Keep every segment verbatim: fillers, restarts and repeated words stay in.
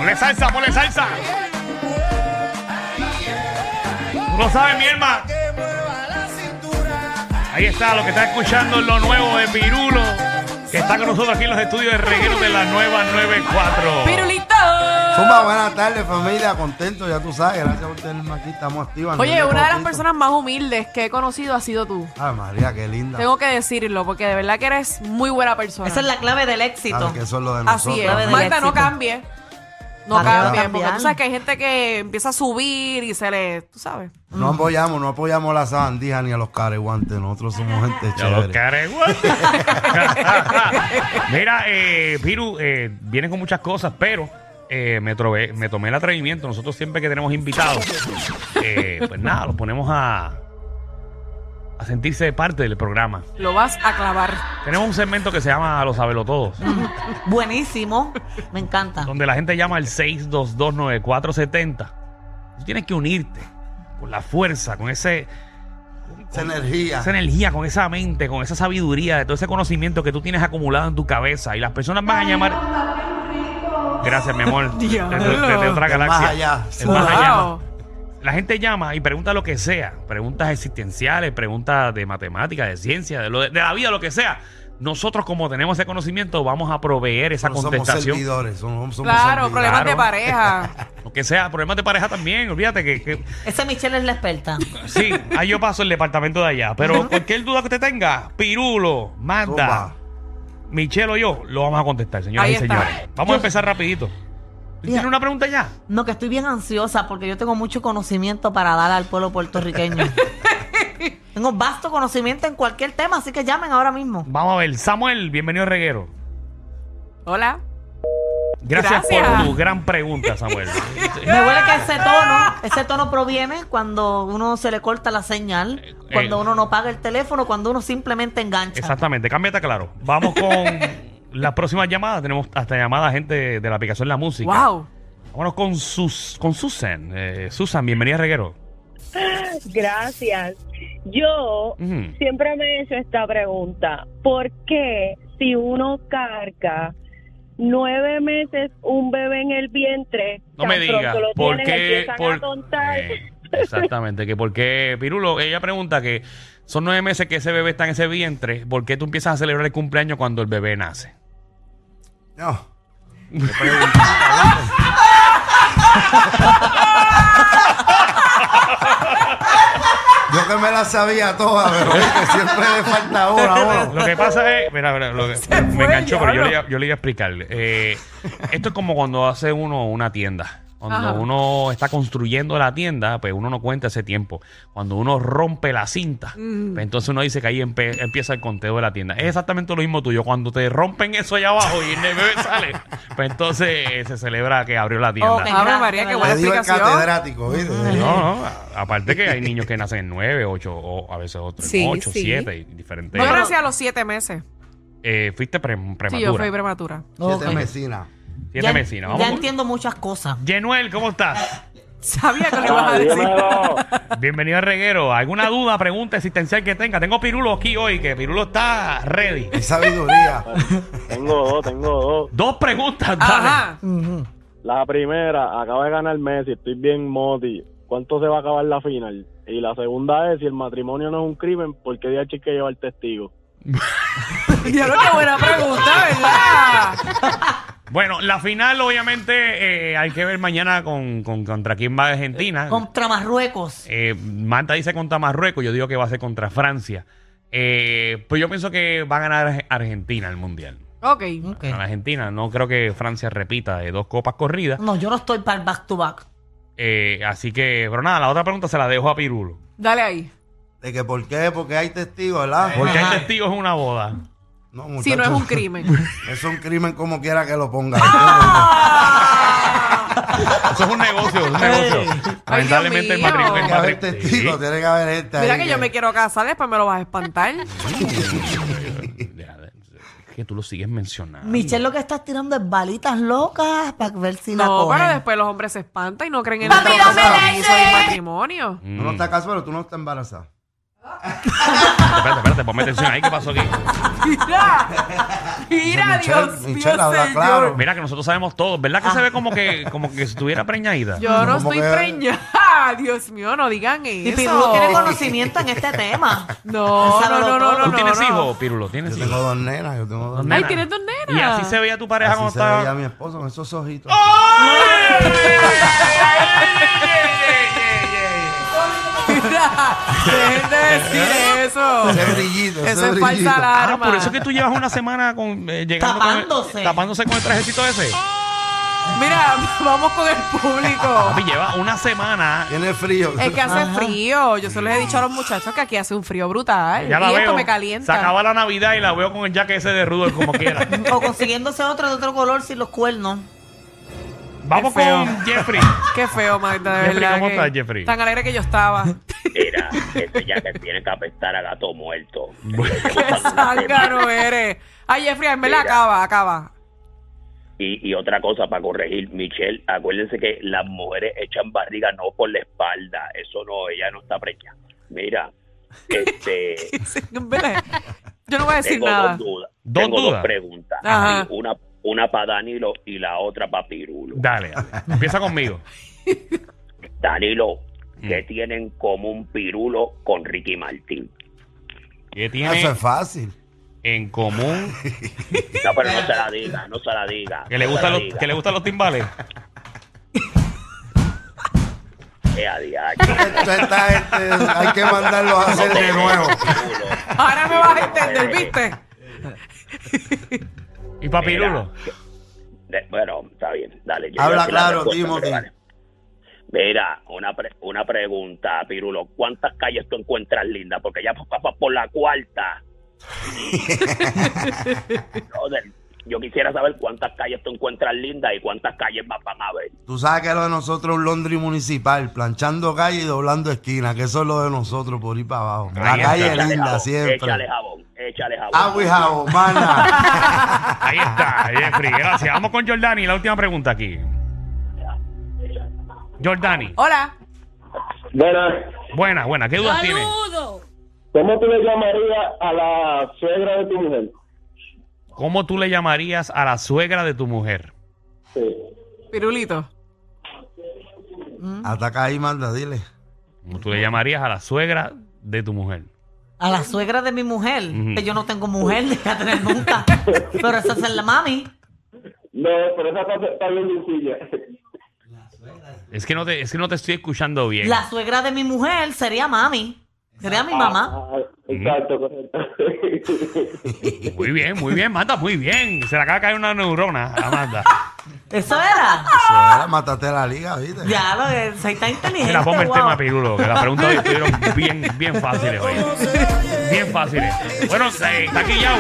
Ponle salsa, ponle salsa. Tú lo sabes, mi hermano. Ahí está, lo que está escuchando lo nuevo de Pirulo, que está con nosotros aquí en los estudios de reguero de la nueva noventa y cuatro. ¡Pirulito! Zumba, buenas tardes, familia, contento, ya tú sabes, gracias por tenerme aquí, estamos activos. Oye, una de las personas más humildes que he conocido ha sido tú. Ay, María, qué linda. Tengo que decirlo, porque de verdad que eres muy buena persona. Esa es la clave del éxito. Claro, que eso es lo de nosotros. Así es. Clave del Marta, no éxito. cambie. No Para cambie, cambiar. porque tú sabes que hay gente que empieza a subir y se le... Tú sabes. No apoyamos, no apoyamos a la sabandija ni a los careguantes, nosotros somos gente Ya los chévere. careguantes. Mira, eh, Piru, eh, vienen con muchas cosas, pero eh, me, trové- me tomé el atrevimiento. Nosotros siempre que tenemos invitados, eh, pues nada, los ponemos a, a sentirse parte del programa. Lo vas a clavar. Tenemos un segmento que se llama Los Sabelotodos, Buenísimo. Me encanta. donde la gente llama al seis dos dos nueve cuatro siete cero. Tú tienes que unirte con la fuerza, con ese... Esa energía. esa energía, con esa mente, con esa sabiduría, de todo ese conocimiento que tú tienes acumulado en tu cabeza. Y las personas van a llamar. Gracias, mi amor. Desde de, otra Es galaxia. más allá. Es más allá. Wow. La gente llama y pregunta lo que sea. Preguntas existenciales, preguntas de matemáticas, de ciencia, de, lo de, de la vida, lo que sea. Nosotros, como tenemos ese conocimiento, vamos a proveer esa No somos contestación. servidores, somos, somos Claro, servidores. problemas de Claro. pareja. Lo que sea, problemas de pareja también. Olvídate que, que Esa Michelle es la experta. sí, ahí yo paso el departamento de allá. Pero cualquier duda que usted tenga, Pirulo, Magda, Zumba. Michelle o yo, lo vamos a contestar, señoras Ahí y está. señores. Vamos a empezar rapidito. ¿Tú ¿Tienes Mira. una pregunta ya? No, que estoy bien ansiosa porque yo tengo mucho conocimiento para dar al pueblo puertorriqueño. Tengo vasto conocimiento en cualquier tema, así que llamen ahora mismo. Vamos a ver. Samuel, bienvenido a Reguero. Hola. Gracias, Gracias. por tu gran pregunta, Samuel. Me huele que ese tono, ese tono proviene cuando uno se le corta la señal, cuando eh. uno no paga el teléfono, cuando uno simplemente engancha. Exactamente, cámbiate claro. Vamos con las próximas llamadas. Tenemos hasta llamadas gente de la aplicación La Música. Wow. Vámonos con, sus, con Susan. Eh, Susan, bienvenida a Reguero. Gracias. Yo Ujú. siempre me he hecho esta pregunta. ¿Por qué si uno carga nueve meses un bebé en el vientre, No me tan digas, pronto lo ¿por tienes, qué? empiezan por- a tontar? Eh, exactamente, que por qué, Pirulo, ella pregunta que son nueve meses que ese bebé está en ese vientre, ¿por qué tú empiezas a celebrar el cumpleaños cuando el bebé nace? No. Qué preguntita, ¿viste? Yo que me la sabía toda, pero ¿viste? Siempre le falta una a uno. Lo que pasa es, mira, mira, lo que- Se me fue, enganchó, pero yo le, diablo. iba- yo le iba a explicar. Eh, esto es como cuando hace uno una tienda. Cuando Ajá. uno está construyendo la tienda, pues uno no cuenta ese tiempo. Cuando uno rompe la cinta, Mm. pues entonces uno dice que ahí empe- empieza el conteo de la tienda. Es exactamente lo mismo tuyo. Cuando te rompen eso allá abajo y el bebé sale, pues entonces eh, se celebra que abrió la tienda. Ok. Ave Gracias, María, qué ¿verdad? buena Le digo el explicación. catedrático, ¿viste? No, no, a- aparte que hay niños que nacen en nueve, ocho, o a veces otros en Sí, ocho, sí. siete, y diferentes. Yo nací a los siete meses. Eh, fuiste pre- prematura. Sí, yo fui prematura. Siete Ok. mesinas. Siete Ya, vecinas. ya Vamos con- entiendo muchas cosas. Yenuel, ¿cómo estás? Sabía que lo ibas a decir. Bienvenido al Reguero. ¿Alguna duda, pregunta existencial que tenga? Tengo Pirulo aquí hoy, que Pirulo está ready. Y sabiduría. Tengo dos, tengo dos. Dos preguntas, dale. Ajá. La primera, acaba de ganar Messi, estoy bien moti. ¿Cuánto se va a acabar la final? Y la segunda es, si el matrimonio no es un crimen, ¿por qué D H hay que llevar testigo? Diablo, qué buena pregunta, ¿verdad? Bueno, la final, obviamente, eh, hay que ver mañana con, con- contra quién va Argentina. Contra Marruecos. Eh, Marta dice contra Marruecos, yo digo que va a ser contra Francia. Eh, pues yo pienso que va a ganar Argentina el Mundial. Ok. Ok. Gana Argentina, no creo que Francia repita de dos copas corridas. No, yo no estoy para el back to back. Eh, así que, pero nada, la otra pregunta se la dejo a Pirulo. Dale ahí. ¿De que por qué? Porque hay testigos, ¿verdad? Porque hay Ajá. testigos en una boda. No, Si no es muchachos. un crimen. Es un crimen como quiera que lo ponga. Eso es un negocio, es un negocio. Ay, Lamentablemente el Dios mío. matrimonio. Tiene el que haber matri- testigos, Sí. tiene que haber gente Mira ahí que yo me quiero casar, después me lo vas a espantar. Es que tú lo sigues mencionando. Michelle lo que estás tirando es balitas locas para ver si la No, cogen. pero después los hombres se espantan y no creen en ¡Papi, el no me compromiso leches! del matrimonio. Mm. Tú no estás casado, pero tú no estás embarazada. espérate, espérate, ponme atención ahí. ¿Qué pasó aquí? Mira, mira, Michelle, Dios Michelle, mío, habla señor. claro. Mira que nosotros sabemos todo. ¿Verdad que se ve como que como que si estuviera preñadita? Yo no ¿Cómo estoy que? preñada. Dios mío, no digan eso. Y Pirulo tiene conocimiento en este tema. No, Él sabe no, no, lo no, todo. no. ¿Tú tienes no. hijos, Pirulo? ¿Tienes Yo hijos? tengo dos nenas, yo tengo dos Dos nenas. Ay, nenas. tienes dos nenas. Y así se veía tu pareja Así cuando se veía estaba... mi esposo con esos ojitos. Mira, dejen de decir eso. Ese brillito, ese Eso es brillito. falsa Ah, alarma. por eso es que tú llevas una semana con, eh, llegando Tapándose. Con el, tapándose con el trajecito ese. Mira, vamos con el público. Papi, lleva una semana. Tiene frío. Es que hace Ajá. frío. Yo se les he dicho a los muchachos que aquí hace un frío brutal. Ya la y veo. esto me Se calienta. acaba la Navidad y la veo con el jacket ese de Rudolph como quiera. O consiguiéndose otro de otro color sin los cuernos. Vamos Qué feo. con Jeffrey. Qué feo, Magda, de Jeffrey, verdad. ¿cómo que- estás, Jeffrey? Tan alegre que yo estaba. Mira, ese ya que tiene que apestar a gato muerto. Qué zángano eres. Ay, Jeffrey, en verdad Mira. acaba, acaba. Y, y otra cosa para corregir, Michelle, acuérdense que las mujeres echan barriga no por la espalda. Eso no, ella no está preñada. Mira, este, Sí, en verdad. Yo no voy a decir tengo nada. dos dudas. ¿Dos tengo dudas? dos preguntas. Ajá. Sí, una, una para Danilo y la otra para Pirulo. Dale, dale. Empieza conmigo. Danilo, ¿qué Mm. tienen en común Pirulo con Ricky Martín? ¿Qué tiene Eso es fácil. en común? No, pero no se la diga, no se la diga. ¿Que le, no se gustan la los, diga. ¿Que le gustan los timbales? Eh, a diache. Esto está, este, hay que mandarlos a hacer de nuevo. Pirulo. Ahora me vas a entender, ¿viste? ¿Y para Mira, Pirulo? de- bueno, está bien, dale. yo Habla voy a decir la claro, respuesta, Timothy. pero vale. Mira, una, pre- una pregunta, Pirulo. ¿Cuántas calles tú encuentras lindas? Porque ya pasas por la cuarta. Brother, yo quisiera saber cuántas calles tú encuentras lindas y cuántas calles más van a ver. Tú sabes que lo de nosotros es un laundry municipal, planchando calle y doblando esquina, que eso es lo de nosotros por ir para abajo. La Ahí calle está. es linda jabón, siempre. Échale jabón, échale jabón. Agua y jabón, mana. Ahí está, Jeffrey. Gracias. Vamos con Jordani. La última pregunta aquí. Jordani. Hola. Buenas. Buena, buena. ¿Qué dudas tienes? ¿Cómo tú le llamarías a la suegra de tu mujer? ¿Cómo tú le llamarías a la suegra de tu mujer? Sí. Pirulito. Ataca ahí, manda, dile. ¿Cómo tú le llamarías a la suegra de tu mujer? A la suegra de mi mujer. Ujú. Que yo no tengo mujer, ni voy a tener nunca. Pero esa es la mami. No, pero esa cosa está bien sencilla. Es que no te, es que no te estoy escuchando bien. La suegra de mi mujer sería mami. Sería mi mamá. Ah, exacto, correcto. Muy bien, muy bien, Amanda, muy bien. Se le acaba de caer una neurona, Amanda. Eso era. Eso era, mátate la liga, ¿viste? Ya lo que soy tan inteligente. Mira, ponme el wow. tema, Pirulo, que las preguntas hoy estuvieron bien, bien fáciles hoy. Bien fáciles. Bueno, eh, está aquí Yau.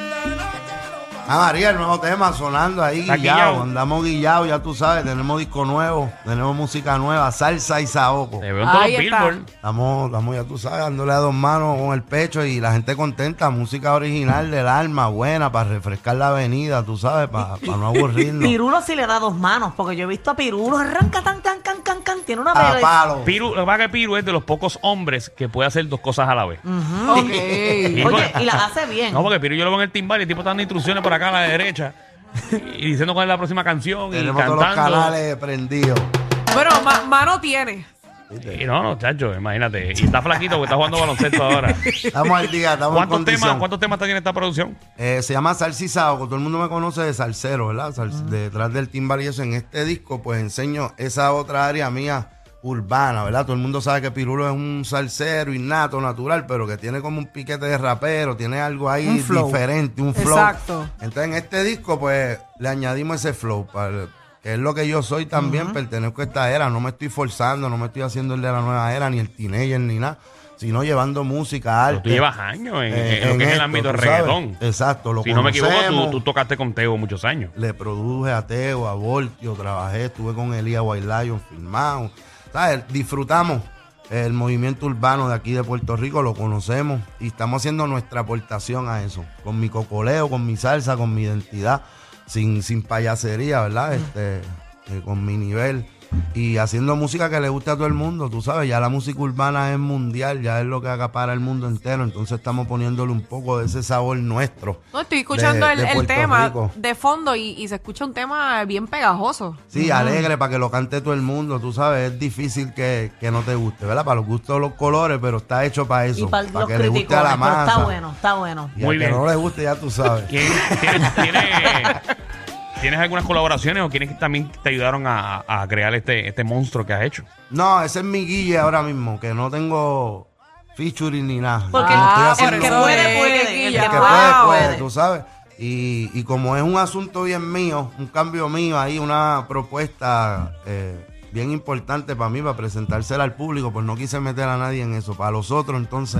Ah, María, el nuevo tema sonando ahí, Está guillado. guillao. Andamos guillados, ya tú sabes, tenemos disco nuevo, tenemos música nueva, salsa y saoco. Te veo en todos Ahí los está. Billboard. Estamos, estamos, ya tú sabes, dándole a dos manos con el pecho y la gente contenta, música original del alma, buena, para refrescar la avenida, tú sabes, para, para no aburrirnos. Pirulo sí le da dos manos, porque yo he visto a Pirulo, arranca tan, tan, can, can, can, tiene una A bebé. palo. Piru, lo que pasa es que Piru es de los pocos hombres que puede hacer dos cosas a la vez. Ok. Y Oye, porque- y la hace bien. No, porque Piru yo lo veo en el timbal y el tipo está dando instrucciones por acá a la derecha y diciendo cuál es la próxima canción y Tenemos todos los cantando. canales prendidos. Bueno, ma- mano tiene. Y no, no, chacho, imagínate. Y está flaquito porque está jugando baloncesto ahora. Estamos al día, estamos en ¿Cuántos condición. temas, ¿Cuántos temas tiene esta producción? Eh, se llama Salsa y Saoco, todo el mundo me conoce de salsero, ¿verdad? Sal- Detrás del timbal y eso. En este disco, pues enseño esa otra área mía urbana, ¿verdad? Todo el mundo sabe que Pirulo es un salsero innato, natural, pero que tiene como un piquete de rapero, tiene algo ahí Un flow. diferente, un flow. Exacto. Entonces en este disco, pues, le añadimos ese flow, para, que es lo que yo soy también, pertenezco a esta era, no me estoy forzando, no me estoy haciendo el de la nueva era, ni el teenager, ni nada, sino llevando música, Pero arte. tú llevas años en, eh, en lo que es el esto, ámbito del tú sabes. reggaetón. Exacto, lo Si no me equivoco, tú, conocemos. tú tocaste con Teo muchos años. Le produje a Teo, a Voltio, trabajé, estuve con Elías White Lion filmado. ¿Sabes? Disfrutamos el movimiento urbano de aquí de Puerto Rico, lo conocemos y estamos haciendo nuestra aportación a eso. Con mi cocoleo, con mi salsa, con mi identidad, sin, sin payasería, ¿verdad? Este, eh, con mi nivel y haciendo música que le guste a todo el mundo, tú sabes, ya la música urbana es mundial, ya es lo que acapara el mundo entero, entonces estamos poniéndole un poco de ese sabor nuestro. No, estoy escuchando de- el, de el Puerto tema Rico. de fondo y, y se escucha un tema bien pegajoso. Sí, alegre para que lo cante todo el mundo, tú sabes, es difícil que, que no te guste, ¿verdad? Para los gustos los colores, pero está hecho para eso, Y para los que le guste a criticones, la pero masa. está bueno, está bueno. Y Muy al que bien. no le guste, ya tú sabes. ¿Quién- ¿Tienes, tienes, ¿Tienes algunas colaboraciones o quiénes también te ayudaron a, a crear este, este monstruo que has hecho? No, ese es mi guille ahora mismo, que no tengo featuring ni nada. Porque No Ah, estoy el haciendo- que eso puede, es, puede. que El ya. que El que puede, puede, puede. puede, tú sabes. Y, y como es un asunto bien mío, un cambio mío ahí, una propuesta eh, bien importante para mí, para presentársela al público, pues no quise meter a nadie en eso. Para los otros, entonces,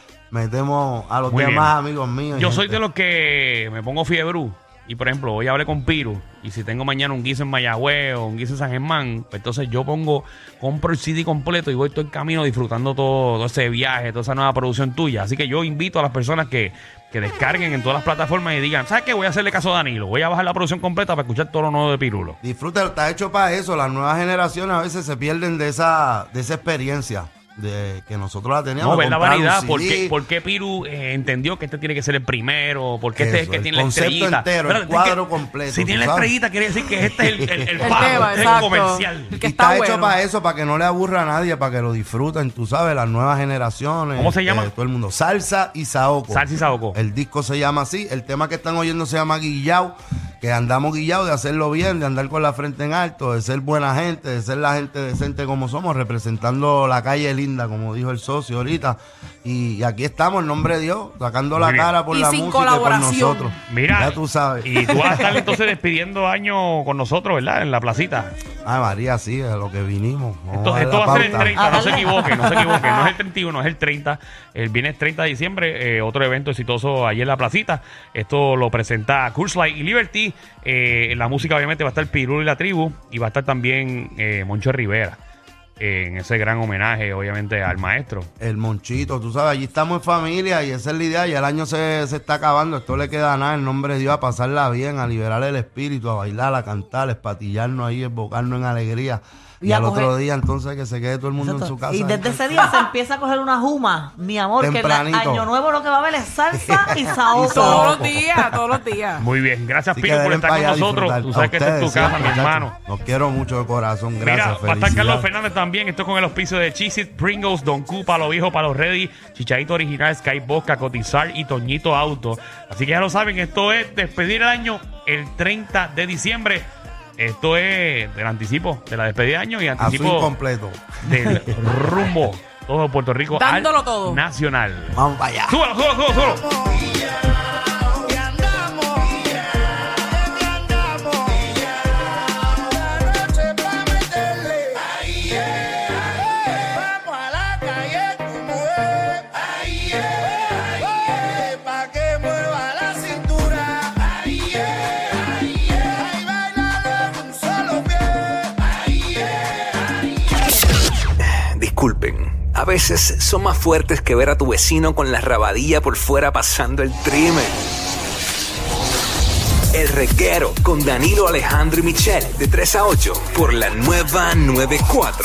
metemos a los Muy demás bien. amigos míos. y Yo soy gente. de los que me pongo fiebre y, por ejemplo, hoy hablé con Piru y si tengo mañana un guiso en Mayagüez o un guiso en San Germán, pues entonces yo pongo, compro el C D completo y voy todo el camino disfrutando todo, todo ese viaje, toda esa nueva producción tuya. Así que yo invito a las personas que, que descarguen en todas las plataformas y digan, ¿sabes qué? Voy a hacerle caso a Danilo, voy a bajar la producción completa para escuchar todo lo nuevo de Pirulo. Disfruta, está hecho para eso. Las nuevas generaciones a veces se pierden de esa, de esa experiencia de que nosotros la teníamos. No, ver la comprar un variedad. C D. ¿Por qué, por qué Piru eh, entendió que este tiene que ser el primero? ¿Por qué este es el Eso, que el tiene la concepto estrellita? entero, el Espérate, cuadro es que completo, Si tú tiene la sabes. estrellita, quiere decir que este es el, el, el, El palo, tema, este es el exacto. comercial. El que Y está está hecho bueno. para eso, para que no le aburra a nadie, para que lo disfruten, tú sabes, las nuevas generaciones. ¿Cómo se llama? eh, todo el mundo. Salsa y Saoco. Salsa y Saoco. El disco se llama así. El tema que están oyendo se llama Guillao, que andamos guillados de hacerlo bien, de andar con la frente en alto, de ser buena gente, de ser la gente decente como somos, representando la calle linda, como dijo el socio ahorita. Y, y aquí estamos, en nombre de Dios, sacando Muy la bien. cara por Y la sin música y por colaboración. nosotros. Mira, Ya tú sabes. y tú vas a estar entonces despidiendo año con nosotros, ¿verdad? En la placita. Ay, María, sí, a lo que vinimos. Vamos Esto, a dar esto la va a ser el pauta. treinta, no se Hágale. equivoquen, no se equivoquen. No es el treinta y uno, es el treinta. El viernes treinta de diciembre, eh, otro evento exitoso allí en la placita. Esto lo presenta Curse Light y Liberty. Eh, en la música, obviamente, va a estar Pirulo y la Tribu. Y va a estar también eh, Moncho Rivera. eh, en ese gran homenaje, obviamente, al maestro. El Monchito, tú sabes, allí estamos en familia y esa es la idea. Ya el año se, se está acabando, esto le queda nada, en nombre de Dios, a pasarla bien, a liberar el espíritu, a bailar, a cantar, a espatillarnos ahí, a embocarnos en alegría. Y, Y a al coger- otro día, entonces, que se quede todo el mundo en su casa. Y desde ese día se empieza a coger una juma, mi amor, que Tempranito. el año nuevo lo que va a haber es salsa y saoco. Todos los días, todos los días. Muy bien, gracias Así que Piru por denle estar pa' con allá a nosotros. disfrutar. Tú A sabes que esta es tu ustedes, casa, sí, mi muchachos. hermano. Los quiero mucho de corazón, gracias. Mira, va a estar felicidades. Carlos Fernández también. Esto con el auspicio de Cheez-It, Pringles, Don Q, Palo Viejo, Palo Ready, Chichadito Original, Sky Vodka, Cotizar y Toñito Auto. Así que ya lo saben, esto es despedir el año el treinta de diciembre. Esto es el anticipo de la despedida de año y Azul anticipo completo. del rumbo todo Puerto Rico Dándolo al todo. nacional. Vamos para allá. Súbalo, súbalo, súbalo, súbalo. Disculpen, a veces son más fuertes que ver a tu vecino con la rabadilla por fuera pasando el trimen. El Reguero con Danilo Alejandro y Michel de tres a ocho por la nueva noventa y cuatro.